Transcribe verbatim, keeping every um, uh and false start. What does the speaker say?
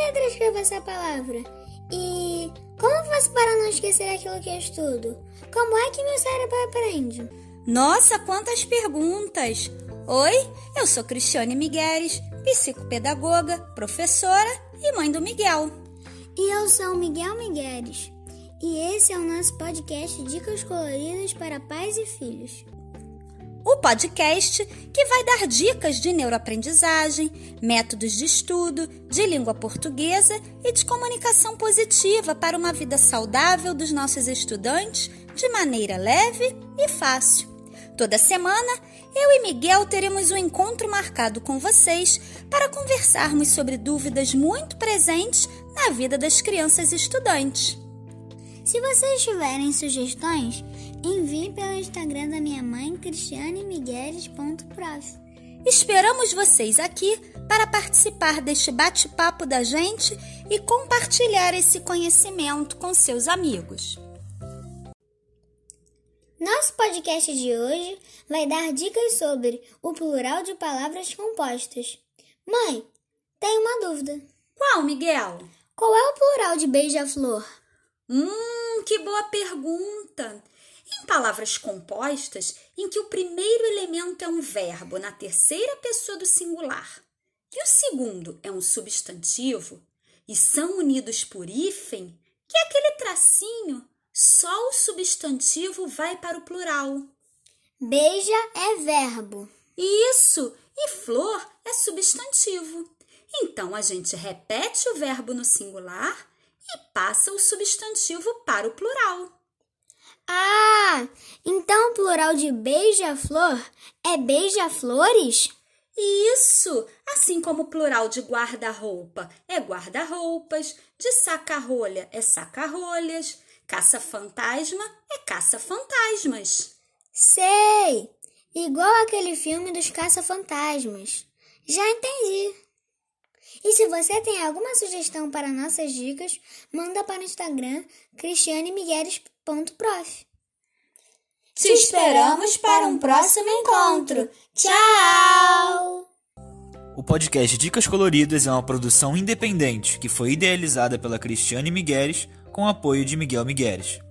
letra escrevo essa palavra? E como faço para não esquecer aquilo que eu estudo? Como é que meu cérebro aprende? Nossa, quantas perguntas! Oi, eu sou Cristiane Migueles, psicopedagoga, professora e mãe do Miguel. E eu sou o Miguel Migueles. E esse é o nosso podcast Dicas Coloridas para Pais e Filhos. O podcast que vai dar dicas de neuroaprendizagem, métodos de estudo, de língua portuguesa e de comunicação positiva para uma vida saudável dos nossos estudantes de maneira leve e fácil. Toda semana, eu e Miguel teremos um encontro marcado com vocês para conversarmos sobre dúvidas muito presentes na vida das crianças e estudantes. Se vocês tiverem sugestões, envie pelo Instagram da minha mãe, cristiane migueles ponto prof. Esperamos vocês aqui para participar deste bate-papo da gente e compartilhar esse conhecimento com seus amigos. Nosso podcast de hoje vai dar dicas sobre o plural de palavras compostas. Mãe, tenho uma dúvida. Qual, Miguel? Qual é o plural de beija-flor? Hum, que boa pergunta! Em palavras compostas, em que o primeiro elemento é um verbo na terceira pessoa do singular e o segundo é um substantivo e são unidos por hífen, que é aquele tracinho, só o substantivo vai para o plural. Beija é verbo. Isso! E flor é substantivo. Então, a gente repete o verbo no singular e passa o substantivo para o plural. Ah, então o plural de beija-flor é beija-flores? Isso! Assim como o plural de guarda-roupa é guarda-roupas, de saca-rolha é saca-rolhas, caça-fantasma é caça-fantasmas. Sei! Igual aquele filme dos caça-fantasmas. Já entendi. E se você tem alguma sugestão para nossas dicas, manda para o Instagram cristiane migueles ponto prof. Te esperamos para um próximo encontro. Tchau! O podcast Dicas Coloridas é uma produção independente que foi idealizada pela Cristiane Migueles com apoio de Miguel Migueles.